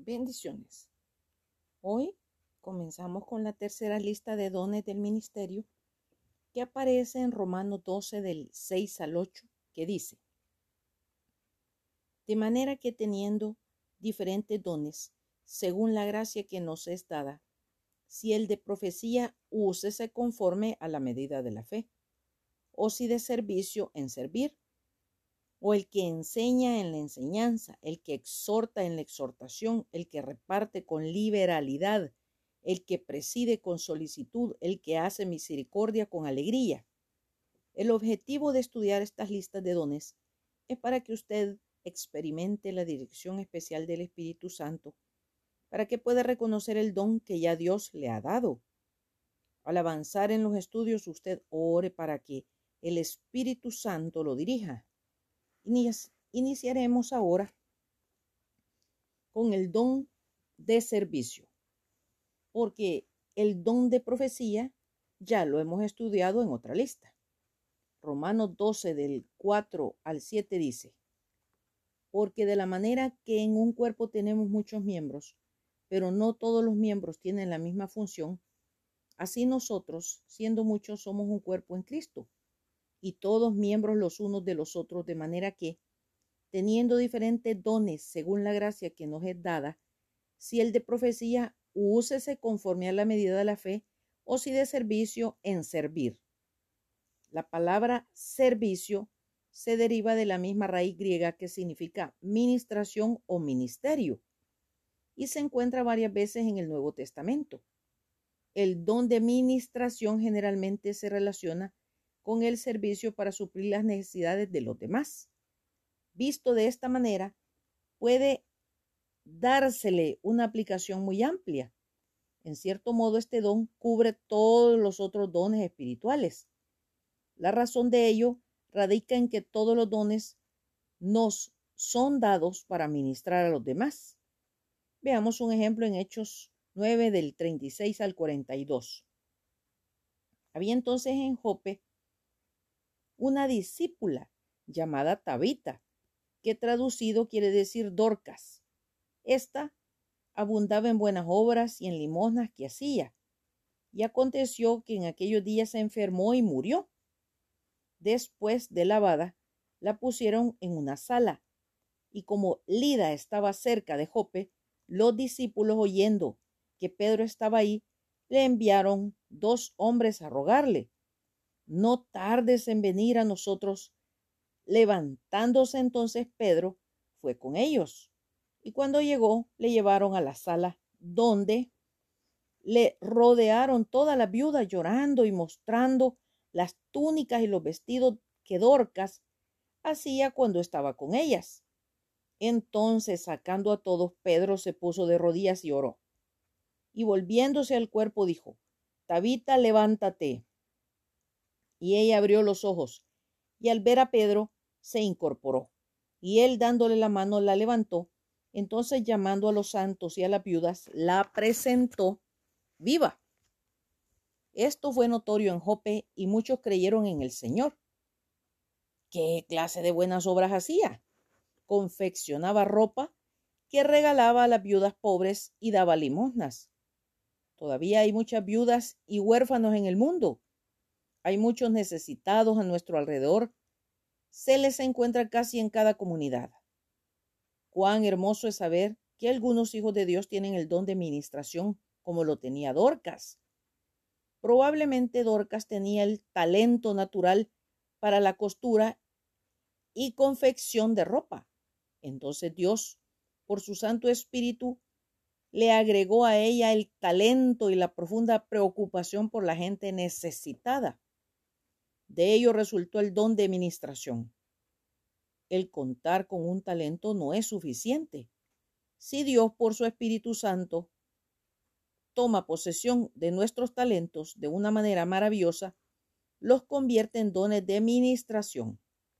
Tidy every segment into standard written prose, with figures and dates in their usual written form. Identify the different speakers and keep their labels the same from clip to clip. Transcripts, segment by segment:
Speaker 1: Bendiciones. Hoy comenzamos con la tercera lista de dones del ministerio que aparece en Romanos 12 del 6 al 8, que dice: de manera que teniendo diferentes dones, según la gracia que nos es dada, si el de profecía, úsese conforme a la medida de la fe, o si de servicio, en servir, o el que enseña en la enseñanza, el que exhorta en la exhortación, el que reparte con liberalidad, el que preside con solicitud, el que hace misericordia con alegría. El objetivo de estudiar estas listas de dones es para que usted experimente la dirección especial del Espíritu Santo, para que pueda reconocer el don que ya Dios le ha dado. Al avanzar en los estudios, usted ore para que el Espíritu Santo lo dirija. Iniciaremos ahora con el don de servicio, porque el don de profecía ya lo hemos estudiado en otra lista. Romanos 12 del 4 al 7 dice: porque de la manera que en un cuerpo tenemos muchos miembros, pero no todos los miembros tienen la misma función, así nosotros, siendo muchos, somos un cuerpo en Cristo, y todos miembros los unos de los otros, de manera que, teniendo diferentes dones según la gracia que nos es dada, si el de profecía, úsese conforme a la medida de la fe, o si de servicio, en servir. La palabra servicio se deriva de la misma raíz griega que significa ministración o ministerio, y se encuentra varias veces en el Nuevo Testamento. El don de ministración generalmente se relaciona con el servicio para suplir las necesidades de los demás. Visto de esta manera, puede dársele una aplicación muy amplia. En cierto modo, este don cubre todos los otros dones espirituales. La razón de ello radica en que todos los dones nos son dados para ministrar a los demás. Veamos un ejemplo en Hechos 9 del 36 al 42. Había entonces en Jope una discípula llamada Tabita, que traducido quiere decir Dorcas. Esta abundaba en buenas obras y en limosnas que hacía. Y aconteció que en aquellos días se enfermó y murió. Después de lavada, la pusieron en una sala. Y como Lida estaba cerca de Jope, los discípulos, oyendo que Pedro estaba ahí, le enviaron 2 hombres a rogarle: no tardes en venir a nosotros. Levantándose entonces Pedro, fue con ellos. Y cuando llegó, le llevaron a la sala, donde le rodearon todas las viudas llorando y mostrando las túnicas y los vestidos que Dorcas hacía cuando estaba con ellas. Entonces, sacando a todos, Pedro se puso de rodillas y oró. Y volviéndose al cuerpo dijo: Tabita, levántate. Y ella abrió los ojos, y al ver a Pedro, se incorporó. Y él, dándole la mano, la levantó. Entonces, llamando a los santos y a las viudas, la presentó viva. Esto fue notorio en Jope, y muchos creyeron en el Señor. ¿Qué clase de buenas obras hacía? Confeccionaba ropa que regalaba a las viudas pobres y daba limosnas. Todavía hay muchas viudas y huérfanos en el mundo. Hay muchos necesitados a nuestro alrededor. Se les encuentra casi en cada comunidad. Cuán hermoso es saber que algunos hijos de Dios tienen el don de ministración, como lo tenía Dorcas. Probablemente Dorcas tenía el talento natural para la costura y confección de ropa. Entonces Dios, por su Santo Espíritu, le agregó a ella el talento y la profunda preocupación por la gente necesitada. De ello resultó el don de ministración. El contar con un talento no es suficiente. Si Dios, por su Espíritu Santo, toma posesión de nuestros talentos de una manera maravillosa, los convierte en dones de ministración.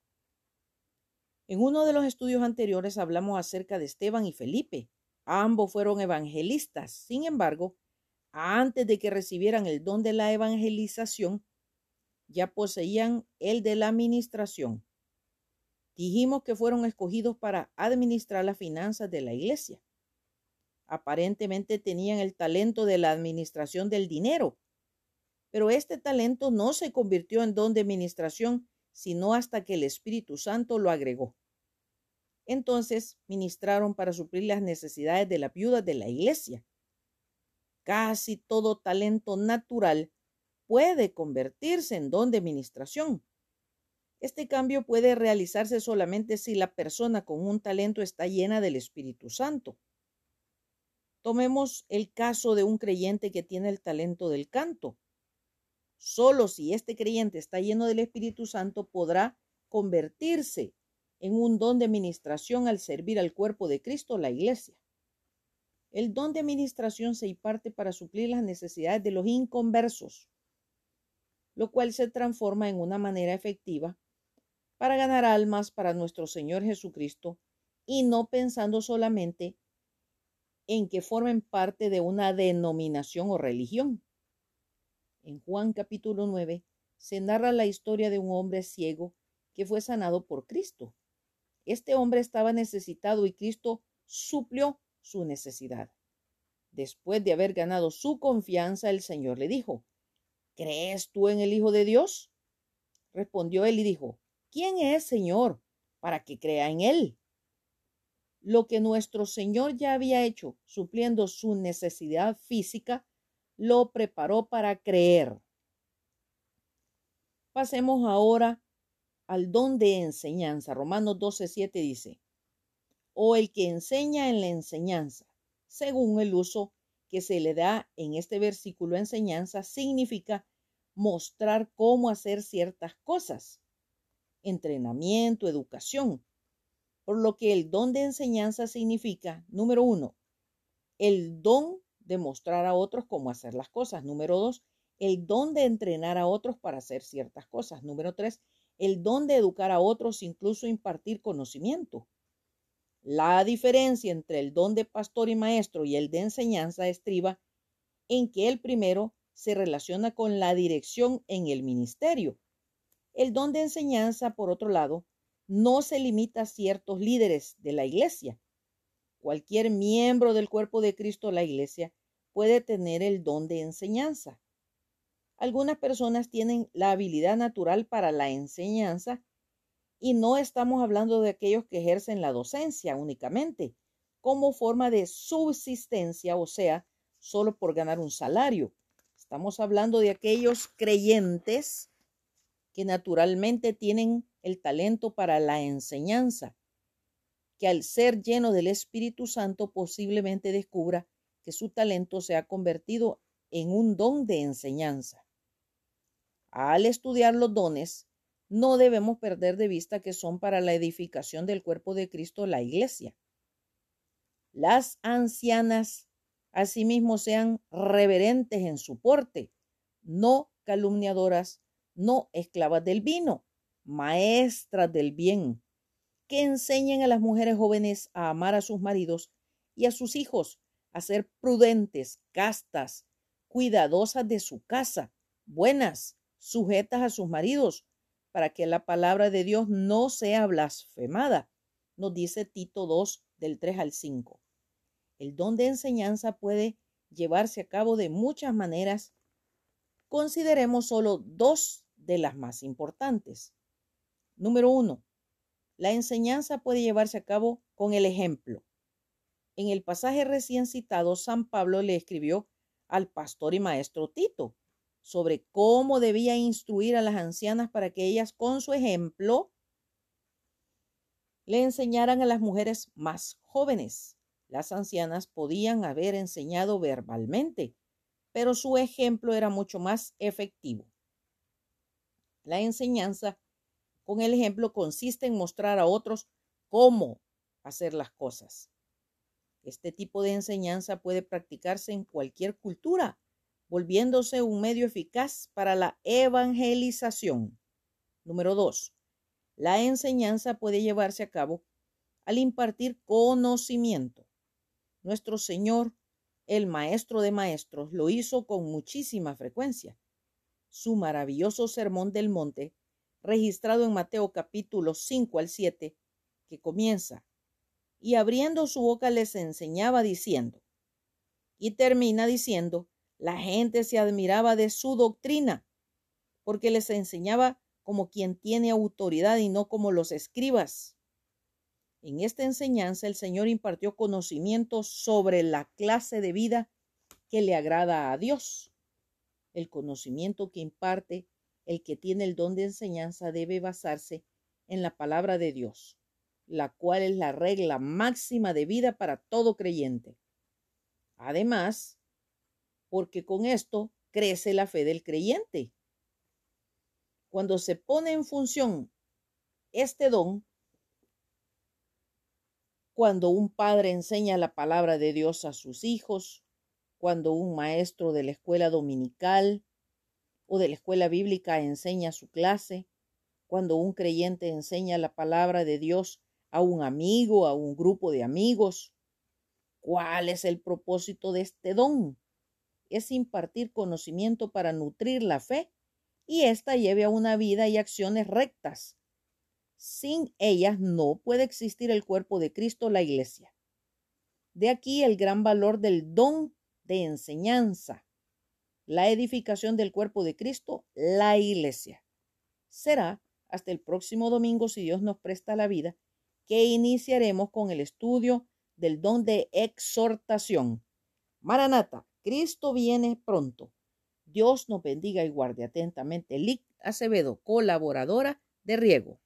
Speaker 1: En uno de los estudios anteriores hablamos acerca de Esteban y Felipe. Ambos fueron evangelistas. Sin embargo, antes de que recibieran el don de la evangelización, ya poseían el de la administración. Dijimos que fueron escogidos para administrar las finanzas de la iglesia. Aparentemente tenían el talento de la administración del dinero, pero este talento no se convirtió en don de administración, sino hasta que el Espíritu Santo lo agregó. Entonces ministraron para suplir las necesidades de las viudas de la iglesia. Casi todo talento natural puede convertirse en don de administración. Este cambio puede realizarse solamente si la persona con un talento está llena del Espíritu Santo. Tomemos el caso de un creyente que tiene el talento del canto. Solo si este creyente está lleno del Espíritu Santo podrá convertirse en un don de administración al servir al cuerpo de Cristo, la iglesia. El don de administración se imparte para suplir las necesidades de los inconversos, lo cual se transforma en una manera efectiva para ganar almas para nuestro Señor Jesucristo y no pensando solamente en que formen parte de una denominación o religión. En Juan capítulo 9 se narra la historia de un hombre ciego que fue sanado por Cristo. Este hombre estaba necesitado y Cristo suplió su necesidad. Después de haber ganado su confianza, el Señor le dijo: ¿crees tú en el Hijo de Dios? Respondió él y dijo: ¿quién es, Señor, para que crea en él? Lo que nuestro Señor ya había hecho, supliendo su necesidad física, lo preparó para creer. Pasemos ahora al don de enseñanza. Romanos 12:7 dice: o el que enseña en la enseñanza, según el uso que se le da en este versículo. Enseñanza significa mostrar cómo hacer ciertas cosas, entrenamiento, educación. Por lo que el don de enseñanza significa, número 1, el don de mostrar a otros cómo hacer las cosas. Número 2, el don de entrenar a otros para hacer ciertas cosas. Número 3, el don de educar a otros, incluso impartir conocimiento. La diferencia entre el don de pastor y maestro y el de enseñanza estriba en que el primero se relaciona con la dirección en el ministerio. El don de enseñanza, por otro lado, no se limita a ciertos líderes de la iglesia. Cualquier miembro del cuerpo de Cristo, la iglesia, puede tener el don de enseñanza. Algunas personas tienen la habilidad natural para la enseñanza y no estamos hablando de aquellos que ejercen la docencia únicamente como forma de subsistencia, o sea, solo por ganar un salario. Estamos hablando de aquellos creyentes que naturalmente tienen el talento para la enseñanza, que al ser lleno del Espíritu Santo posiblemente descubra que su talento se ha convertido en un don de enseñanza. Al estudiar los dones, no debemos perder de vista que son para la edificación del cuerpo de Cristo, la iglesia. Las ancianas, asimismo, sean reverentes en su porte, no calumniadoras, no esclavas del vino, maestras del bien, que enseñen a las mujeres jóvenes a amar a sus maridos y a sus hijos, a ser prudentes, castas, cuidadosas de su casa, buenas, sujetas a sus maridos, para que la palabra de Dios no sea blasfemada, nos dice Tito 2, del 3 al 5. El don de enseñanza puede llevarse a cabo de muchas maneras. Consideremos solo dos de las más importantes. Número 1. La enseñanza puede llevarse a cabo con el ejemplo. En el pasaje recién citado, San Pablo le escribió al pastor y maestro Tito sobre cómo debía instruir a las ancianas para que ellas, con su ejemplo, le enseñaran a las mujeres más jóvenes. Las ancianas podían haber enseñado verbalmente, pero su ejemplo era mucho más efectivo. La enseñanza con el ejemplo consiste en mostrar a otros cómo hacer las cosas. Este tipo de enseñanza puede practicarse en cualquier cultura, volviéndose un medio eficaz para la evangelización. Número 2. La enseñanza puede llevarse a cabo al impartir conocimiento. Nuestro Señor, el Maestro de Maestros, lo hizo con muchísima frecuencia. Su maravilloso Sermón del Monte, registrado en Mateo capítulo 5 al 7, que comienza: y abriendo su boca les enseñaba diciendo. Y termina diciendo, la gente se admiraba de su doctrina, porque les enseñaba como quien tiene autoridad y no como los escribas. En esta enseñanza el Señor impartió conocimiento sobre la clase de vida que le agrada a Dios. El conocimiento que imparte el que tiene el don de enseñanza debe basarse en la palabra de Dios, la cual es la regla máxima de vida para todo creyente. Además, porque con esto crece la fe del creyente. Cuando se pone en función este don, cuando un padre enseña la palabra de Dios a sus hijos, cuando un maestro de la escuela dominical o de la escuela bíblica enseña su clase, cuando un creyente enseña la palabra de Dios a un amigo, a un grupo de amigos. ¿Cuál es el propósito de este don? Es impartir conocimiento para nutrir la fe y ésta lleve a una vida y acciones rectas. Sin ellas no puede existir el cuerpo de Cristo, la iglesia. De aquí el gran valor del don de enseñanza, la edificación del cuerpo de Cristo, la iglesia. Será hasta el próximo domingo, si Dios nos presta la vida, que iniciaremos con el estudio del don de exhortación. Maranata, Cristo viene pronto. Dios nos bendiga y guarde atentamente. Lic Acevedo, colaboradora de Riego.